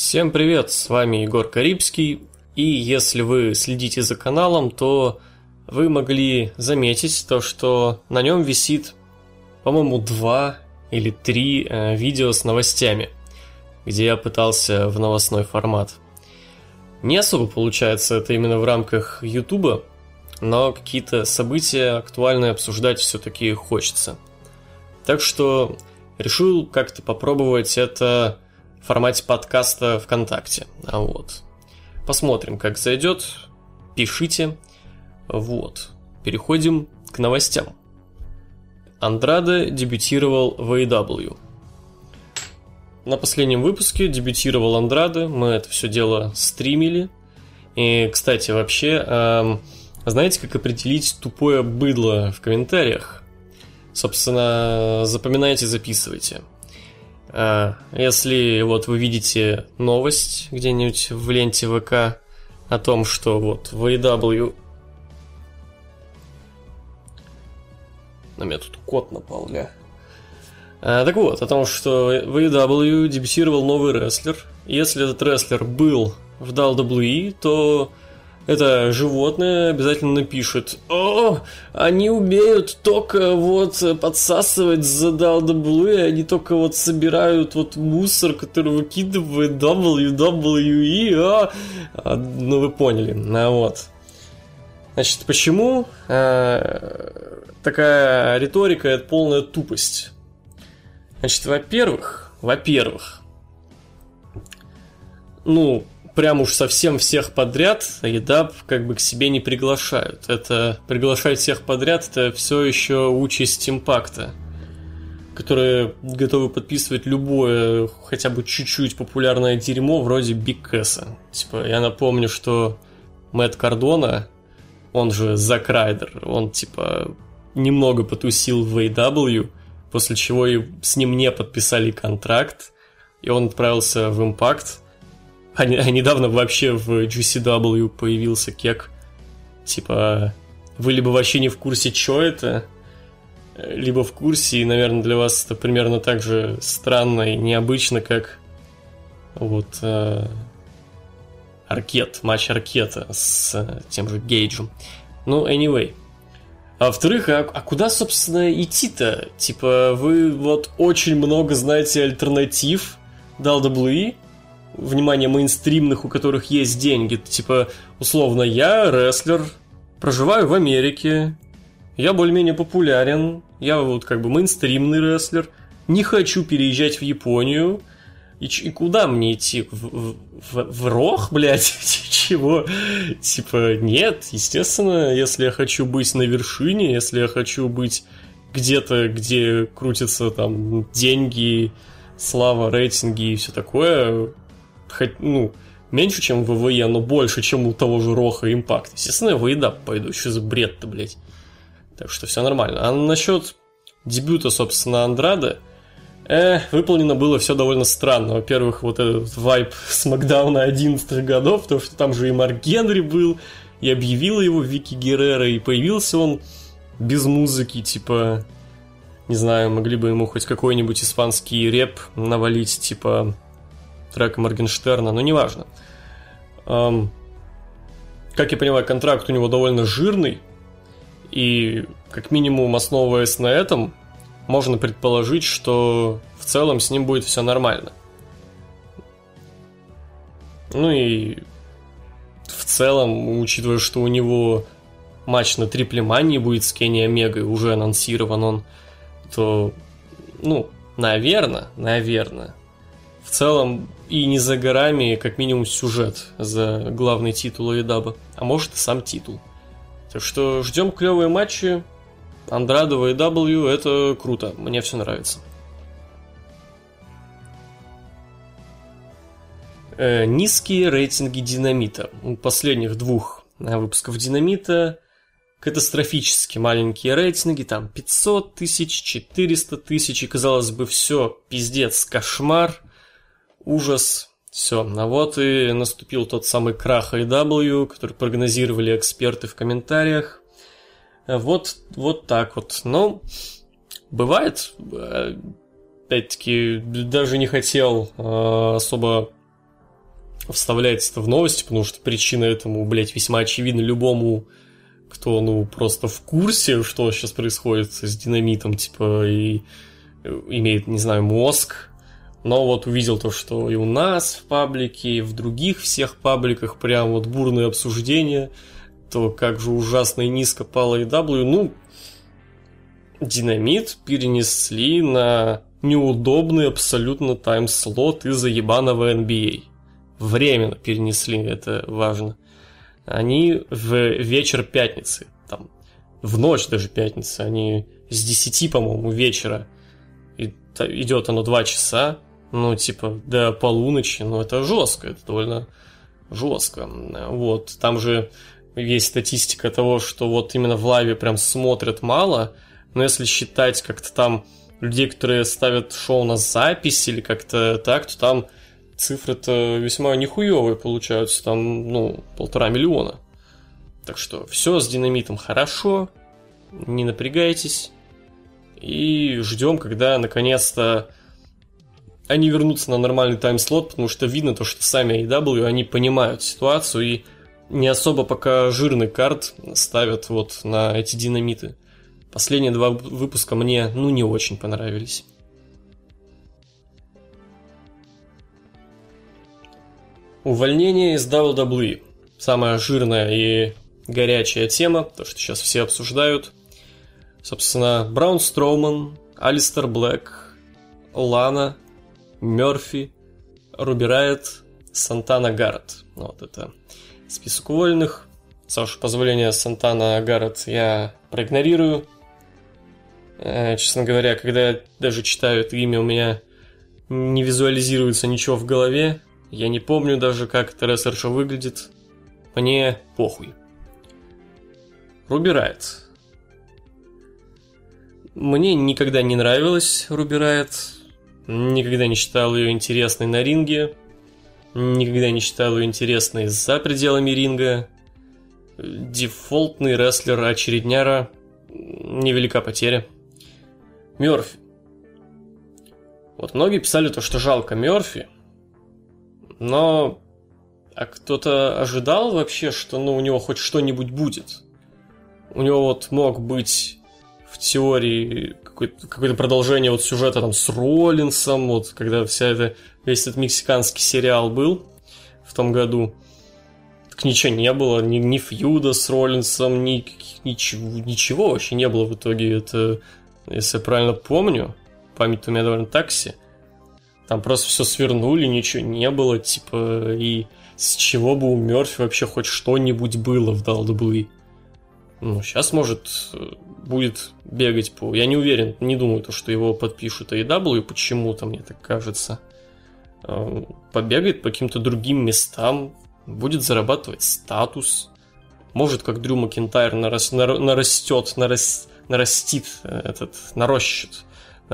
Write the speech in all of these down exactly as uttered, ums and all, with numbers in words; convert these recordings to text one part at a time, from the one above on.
Всем привет, с вами Егор Карибский, и если вы следите за каналом, то вы могли заметить то, что на нем висит, по-моему, два или три э, видео с новостями, где я пытался в новостной формат. Не особо получается это именно в рамках Ютуба, но какие-то события актуальные обсуждать все-таки хочется. Так что решил как-то попробовать это в формате подкаста ВКонтакте. А вот. Посмотрим, как зайдет. Пишите. Вот. Переходим к новостям. Андраде дебютировал в эй и дабл ю. На последнем выпуске дебютировал Андраде. Мы это все дело стримили. И, кстати, вообще, эм, знаете, как определить тупое быдло в комментариях? Собственно, запоминайте, записывайте. Если вот вы видите новость где-нибудь в ленте ВК о том, что вот в эй и дабл ю... На меня тут кот напал, ля. А, так вот, о том, что в эй и дабл ю дебютировал новый рестлер. Если этот рестлер был в дабл ю дабл ю и, то это животное обязательно напишет: «О, они умеют только вот подсасывать за дабл ю дабл ю и, они только вот собирают вот мусор, который выкидывает дабл ю дабл ю и, а, а ну вы поняли, ну вот». Значит, почему а, такая риторика — это полная тупость? Значит, во-первых, во-первых, ну, прям уж совсем всех подряд эй и дабл ю как бы к себе не приглашают. Это приглашать всех подряд — это все еще участь импакта, которые готовы подписывать любое, хотя бы чуть-чуть популярное дерьмо вроде Биг Кэса. Типа, я напомню, что Мэтт Кардона, он же Зак Райдер, он типа немного потусил в эй и дабл ю, после чего и с ним не подписали контракт, и он отправился в импакт. А, а недавно вообще в джи си дабл ю появился кек. Типа, вы либо вообще не в курсе, что это, либо в курсе, и, наверное, для вас это примерно так же странно и необычно, как вот э, Аркет, матч Аркета с э, тем же Гейджем. Ну, anyway. А во-вторых, а, а куда, собственно, идти-то? Типа, вы вот очень много знаете альтернатив дабл ю дабл ю и, внимание, мейнстримных, у которых есть деньги. Типа, условно, я рестлер, проживаю в Америке, я более-менее популярен, я вот как бы мейнстримный рестлер, не хочу переезжать в Японию. И, и куда мне идти? В, в, в Рох, блядь? Чего? Типа, нет, естественно, если я хочу быть на вершине, если я хочу быть где-то, где крутятся там деньги, слава, рейтинги и все такое, хоть, ну, меньше, чем в ВВЕ, но больше, чем у того же Роха и Импакт. Естественно, я в эй и дабл ю пойду. Что за бред-то, блядь? Так что все нормально. А насчет дебюта, собственно, Андраде, э, выполнено было все довольно странно. Во-первых, вот этот вайб Смакдауна одиннадцатых годов, потому что там же и Марк Генри был, и объявила его Вики Геррера, и появился он без музыки, типа, не знаю, могли бы ему хоть какой-нибудь испанский рэп навалить, типа трека Моргенштерна, но неважно. Эм, как я понимаю, контракт у него довольно жирный, и как минимум, основываясь на этом, можно предположить, что в целом с ним будет все нормально. Ну и в целом, учитывая, что у него матч на Трипле Мании будет с Кенни Омегой, уже анонсирован он, то, ну, наверное, наверное, в целом и не за горами, как минимум, сюжет за главный титул эй и дабл ю, а может и сам титул. Так что ждем клевые матчи. Андраде в эй и дабл ю — это круто, мне все нравится. Э, низкие рейтинги Динамита. У последних двух выпусков Динамита катастрофически маленькие рейтинги, там пятьсот тысяч, четыреста тысяч, и, казалось бы, все, пиздец, кошмар, ужас, все. А вот и наступил тот самый крах эй и дабл ю, который прогнозировали эксперты в комментариях. Вот, вот так вот. Но бывает, опять-таки, даже не хотел э, особо вставляется это в новости, потому что причина этому, блядь, весьма очевидна любому, кто, ну, просто в курсе, что сейчас происходит с Динамитом, типа, и имеет, не знаю, мозг. Но вот увидел то, что и у нас в паблике, и в других всех пабликах прям вот бурные обсуждения, то как же ужасно и низко пала эй дабл ю. Ну, Динамит перенесли на неудобный абсолютно тайм-слот из-за ебаного эн би эй. Временно перенесли, это важно. Они в вечер пятницы, там, в ночь даже пятницы, они с десяти, по-моему, вечера, и идет оно два часа, ну, типа, до полуночи, ну, это жестко, это довольно жестко. Вот, там же есть статистика того, что вот именно в лайве прям смотрят мало, но если считать как-то там людей, которые ставят шоу на запись или как-то так, то там цифры-то весьма нихуевые получаются, там, ну, полтора миллиона. Так что все с Динамитом хорошо, не напрягайтесь, и ждем, когда наконец-то они вернутся на нормальный тайм-слот, потому что видно то, что сами эй дабл ю, они понимают ситуацию и не особо пока жирный карт ставят вот на эти Динамиты. Последние два выпуска мне, ну, не очень понравились. Увольнение из дабл ю дабл ю и. Самая жирная и горячая тема, то, что сейчас все обсуждают. Собственно, Браун Строуман, Алистер Блэк, Лана, Мерфи, Руби Райот, Сантана Гаррет. Вот это список уволенных. С вашего позволения, Сантана Гаррет я проигнорирую. Честно говоря, когда я даже читаю это имя, у меня не визуализируется ничего в голове. Я не помню даже, как эта рестлерша выглядит. Мне похуй. Руби Райот. Мне никогда не нравилась Руби Райот. Никогда не считал ее интересной на ринге. Никогда не считал ее интересной за пределами ринга. Дефолтный рестлер очередняра. Невелика потеря. Мерфи. Вот многие писали то, что жалко Мерфи. Но а кто-то ожидал вообще, что ну, у него хоть что-нибудь будет? У него вот мог быть в теории какое-то, какое-то продолжение вот сюжета там с Роллинсом, вот когда вся эта, весь этот мексиканский сериал был в том году. Так ничего не было, ни, ни фьюда с Роллинсом, ни, ничего, ничего вообще не было в итоге. Это, если я правильно помню, память у меня довольно такси. Там просто все свернули, ничего не было, типа, и с чего бы у Мерфи вообще хоть что-нибудь было в дабл ю дабл ю и. Ну, сейчас, может, будет бегать по... Я не уверен, не думаю, то, что его подпишут эй дабл ю, почему-то, мне так кажется. Побегает по каким-то другим местам, будет зарабатывать статус. Может, как Дрю Макинтайр нарас... нарастет, нарас... нарастит этот, нарощит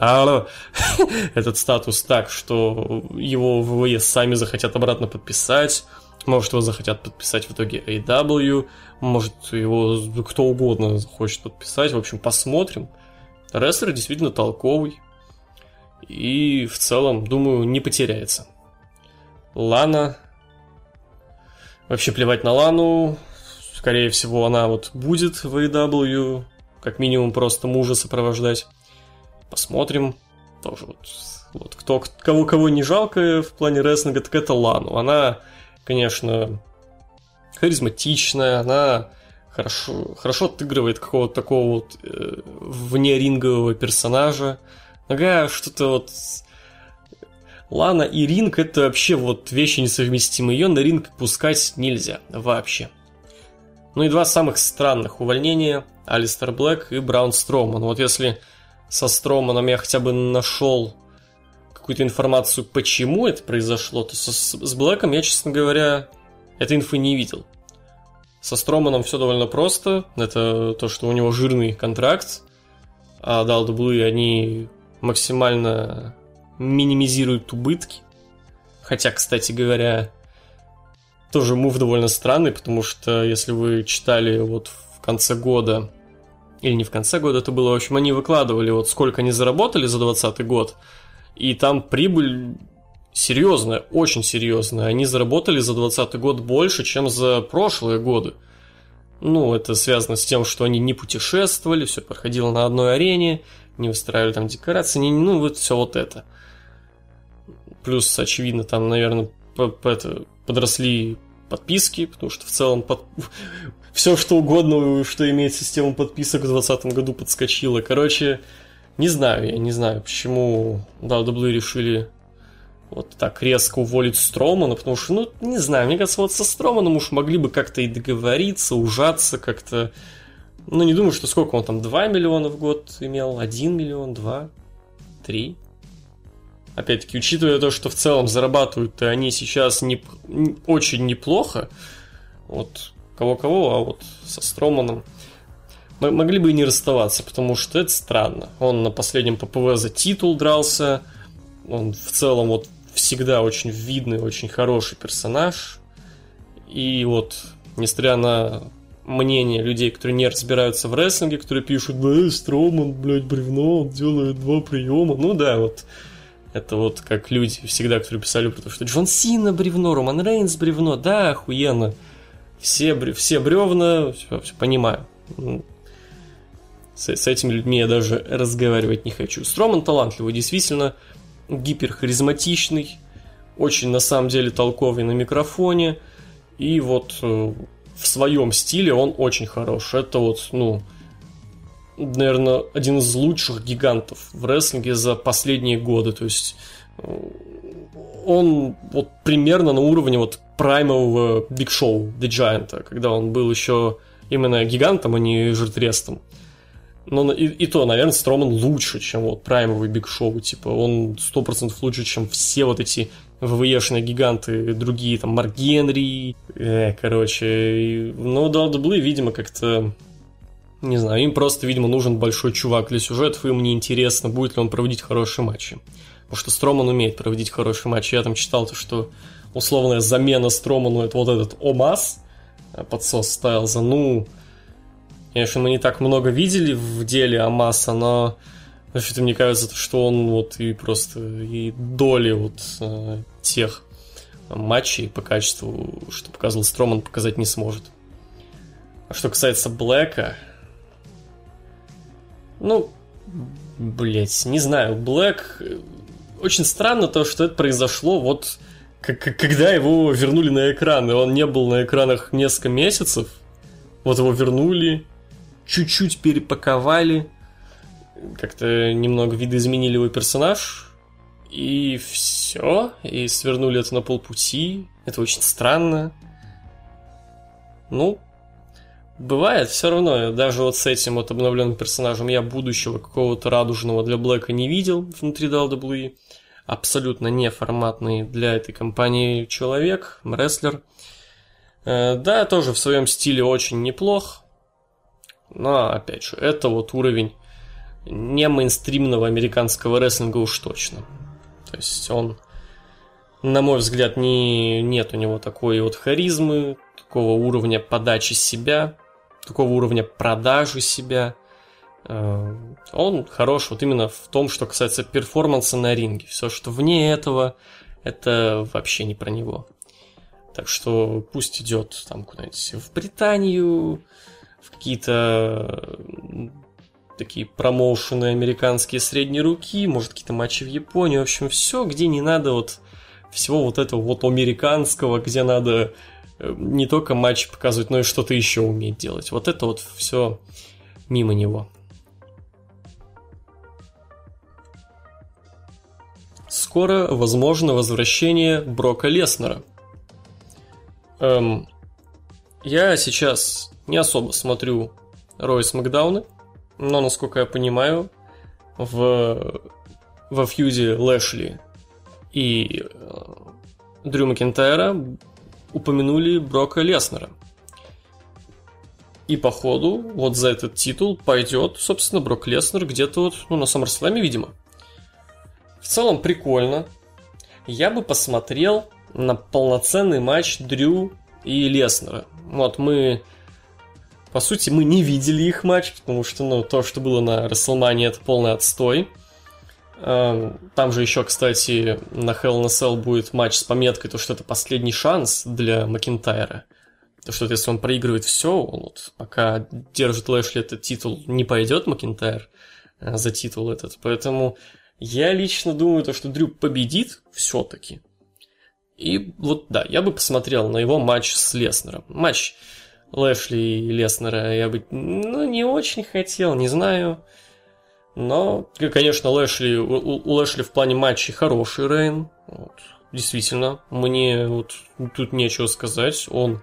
этот статус так, что его в ВВЕ сами захотят обратно подписать. Может, его захотят подписать в итоге эй дабл ю. Может, его кто угодно захочет подписать. В общем, посмотрим. Рестлер действительно толковый. И в целом, думаю, не потеряется. Лана. Вообще плевать на Лану. Скорее всего, она вот будет в эй дабл ю. Как минимум, просто мужа сопровождать. Посмотрим. Тоже вот, вот кто, кого, кого не жалко в плане рестлинга, так это Лану. Она, конечно, харизматичная, она хорошо, хорошо отыгрывает какого-то такого вот э, внерингового персонажа. Нога что-то вот... Лана и ринг — это вообще вот вещи несовместимые. Ее на ринг пускать нельзя вообще. Ну и два самых странных увольнения — Алистер Блэк и Браун Строуман. Вот если со Строуманом я хотя бы нашел какую-то информацию, почему это произошло, то со, с Блэком я, честно говоря, этой инфы не видел. Со Строуманом все довольно просто. Это то, что у него жирный контракт, а дабл ю дабл ю и они максимально минимизируют убытки. Хотя, кстати говоря, тоже мув довольно странный, потому что если вы читали вот в конце года, или не в конце года это было, в общем, они выкладывали вот сколько они заработали за двадцатый год, и там прибыль серьезная, очень серьезная. Они заработали за двадцатый год больше, чем за прошлые годы. Ну, это связано с тем, что они не путешествовали, все проходило на одной арене, не выстраивали там декорации, не, ну, вот все вот это. Плюс, очевидно, там, наверное, по, по это, подросли подписки, потому что в целом под... все что угодно, что имеет систему подписок в двадцатом году, подскочило. Короче, не знаю, я не знаю, почему дабл ю дабл ю и решили вот так резко уволить Стромана, потому что, ну, не знаю, мне кажется, вот со Строманом уж могли бы как-то и договориться, ужаться как-то. Ну, не думаю, что сколько он там, два миллиона в год имел, один миллион, два, три. Опять-таки, учитывая то, что в целом зарабатывают-то они сейчас не, не, очень неплохо, вот кого-кого, а вот со Строманом могли бы и не расставаться, потому что это странно. Он на последнем ППВ за титул дрался, он в целом вот всегда очень видный, очень хороший персонаж. И вот, несмотря на мнение людей, которые не разбираются в рестлинге, которые пишут: да, Строман, блядь, бревно, он делает два приема. Ну да, вот. Это вот как люди всегда, которые писали про то, что Джон Сина бревно, Роман Рейнс бревно. Да, охуенно. Все, все бревна, все, все понимаю. С, с этими людьми я даже разговаривать не хочу. Строман талантливый, действительно гиперхаризматичный, очень на самом деле толковый на микрофоне, и вот э, в своем стиле он очень хорош. Это вот, ну, наверное, один из лучших гигантов в рестлинге за последние годы. То есть э, он вот примерно на уровне вот праймового Биг Шоу, The Giant, когда он был еще именно гигантом, а не жиртрестом. Но и, и то, наверное, Строман лучше, чем вот праймовый Биг Шоу. Типа, он сто процентов лучше, чем все вот эти вэ вэ е-шные гиганты, другие, там, Марк Генри. Э, короче, но дабл ю дабл ю и, видимо, как-то... Не знаю, им просто, видимо, нужен большой чувак для сюжетов, им не интересно, будет ли он проводить хорошие матчи. Потому что Строман умеет проводить хорошие матчи. Я там читал то, что условная замена Строману — это вот этот Омас, подсос Стайлза. Ну... Конечно, мы не так много видели в деле Омаса, но вообще-то мне кажется, что он вот и просто и доли вот э, тех матчей по качеству, что показывал Строман, показать не сможет. А что касается Блэка, ну, блять, не знаю, Блэк... Очень странно то, что это произошло вот как, когда его вернули на экран, и он не был на экранах несколько месяцев. Вот его вернули, чуть-чуть перепаковали, как-то немного видоизменили его персонаж, и все, и свернули это на полпути. Это очень странно. Ну, бывает, все равно, даже вот с этим вот обновленным персонажем я будущего какого-то радужного для Блэка не видел внутри дабл ю дабл ю и. Абсолютно неформатный для этой компании человек, рестлер. Да, тоже в своем стиле очень неплох. Но, опять же, это вот уровень не мейнстримного американского рестлинга уж точно. То есть он, на мой взгляд, не, нет у него такой вот харизмы, такого уровня подачи себя, такого уровня продажи себя. Он хорош вот именно в том, что касается перформанса на ринге. Все, что вне этого, это вообще не про него. Так что пусть идет там куда-нибудь в Британию, в какие-то такие промоушены американские средней руки, может, какие-то матчи в Японии. В общем, все, где не надо вот всего вот этого вот американского, где надо не только матчи показывать, но и что-то еще уметь делать. Вот это вот все мимо него. Скоро возможно возвращение Брока Леснера. Эм, я сейчас не особо смотрю Ро и Смэкдауны, но, насколько я понимаю, в, во фьюзе Лэшли и э, Дрю Макинтайра упомянули Брока Леснера. И походу вот за этот титул пойдет, собственно, Брок Леснер где-то вот, ну, на SummerSlam, видимо. В целом прикольно. Я бы посмотрел на полноценный матч Дрю и Леснера. Вот мы, по сути, мы не видели их матч, потому что, ну, то, что было на WrestleMania, это полный отстой. Там же еще, кстати, на Hell in a Cell будет матч с пометкой, то, что это последний шанс для Макинтайра. То, что если он проигрывает все, он вот, пока держит Лэшли этот титул, не пойдет Макинтайр за титул этот. Поэтому я лично думаю, то, что Дрю победит все-таки. И вот, да, я бы посмотрел на его матч с Леснером. Матч Лэшли и Леснера я бы, ну, не очень хотел, не знаю. Но, конечно, Лэшли, у, у Лэшли в плане матчей хороший рейн. Вот, действительно, мне вот тут нечего сказать. Он...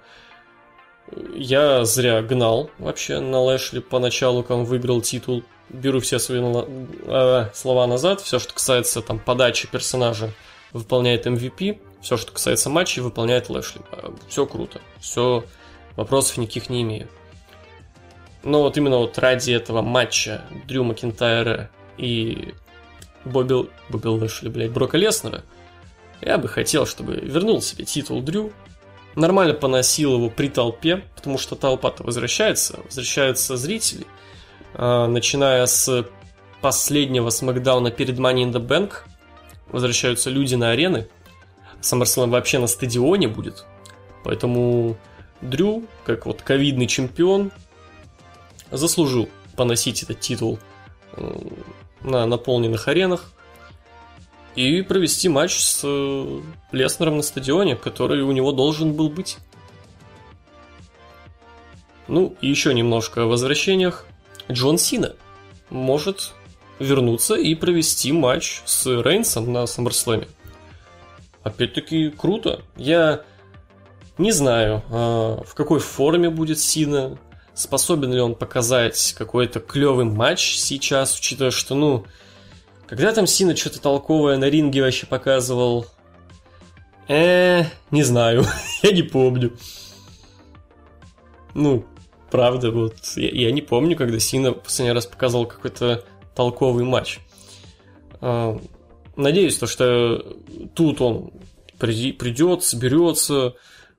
Я зря гнал вообще на Лэшли поначалу, когда он выиграл титул. Беру все свои э, слова назад. Все, что касается там подачи персонажа, выполняет эм ви пи. Все, что касается матчей, выполняет Лэшли. Все круто. Все, вопросов никаких не имею. Но вот именно вот ради этого матча Дрю Макинтайра и Бобби, Бобби Лэшли, блядь, Брока Леснера, я бы хотел, чтобы вернул себе титул Дрю, нормально поносил его при толпе, потому что толпа-то возвращается, возвращаются зрители, начиная с последнего смэкдауна перед Money in the Bank, возвращаются люди на арены, SummerSlam вообще на стадионе будет, поэтому Дрю, как вот ковидный чемпион, заслужил поносить этот титул на наполненных аренах и провести матч с Леснером на стадионе, который у него должен был быть. Ну, и еще немножко о возвращениях. Джон Сина может вернуться и провести матч с Рейнсом на SummerSlam. Опять-таки круто. Я не знаю, в какой форме будет Сина. Способен ли он показать какой-то клевый матч сейчас, учитывая, что, ну, когда там Сина что-то толковое на ринге вообще показывал? Э, не знаю, я не помню. Ну, правда, вот, я, я не помню, когда Сина в последний раз показывал какой-то толковый матч. А, надеюсь, то, что тут он придет, соберется,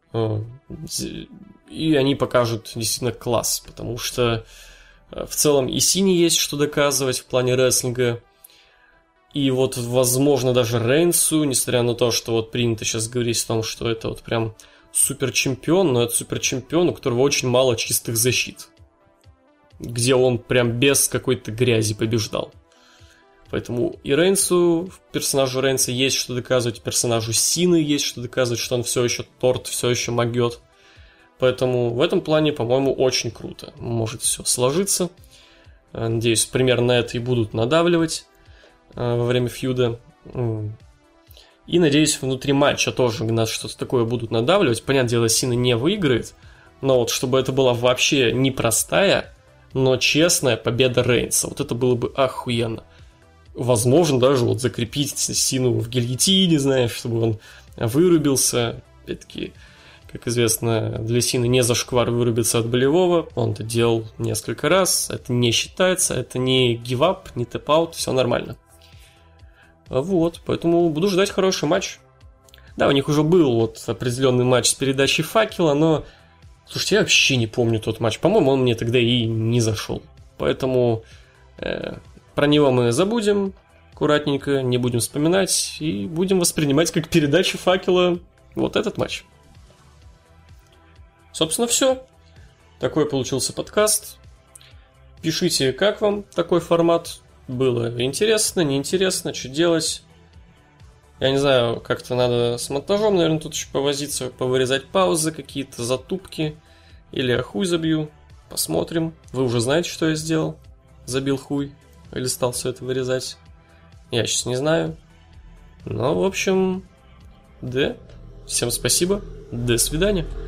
и они покажут действительно класс, потому что в целом и Сине есть что доказывать в плане рестлинга, и вот, возможно, даже Рейнсу, несмотря на то, что вот принято сейчас говорить о том, что это вот прям супер чемпион, но это супер чемпион, у которого очень мало чистых защит, где он прям без какой-то грязи побеждал. Поэтому и Рейнсу, персонажу Рейнса есть что доказывать, персонажу Сины есть что доказывать, что он все еще торт, все еще могет. Поэтому в этом плане, по-моему, очень круто. Может все сложиться. Надеюсь, примерно на это и будут надавливать во время фьюда. И, надеюсь, внутри матча тоже на что-то такое будут надавливать. Понятное дело, Сина не выиграет, но вот чтобы это была вообще непростая, но честная победа Рейнса. Вот это было бы охуенно. Возможно, даже вот закрепить Сину в гильотине, знаешь, чтобы он вырубился. Опять-таки, как известно, для Сины не зашквар вырубиться от болевого. Он это делал несколько раз. Это не считается, это не гивап, не тэп-аут, все нормально. Вот, поэтому буду ждать хороший матч. Да, у них уже был вот определенный матч с передачей факела, но, слушайте, я вообще не помню тот матч. По-моему, он мне тогда и не зашел. Поэтому э, про него мы забудем аккуратненько, не будем вспоминать и будем воспринимать как передачу факела вот этот матч. Собственно, все. Такой получился подкаст. Пишите, как вам такой формат. Было интересно, неинтересно, что делать. Я не знаю, как-то надо с монтажом, наверное, тут еще повозиться, повырезать паузы, какие-то затупки. Или я хуй забью. Посмотрим. Вы уже знаете, что я сделал. Забил хуй. Или стал все это вырезать. Я сейчас не знаю. Ну, в общем, да. Всем спасибо. До свидания.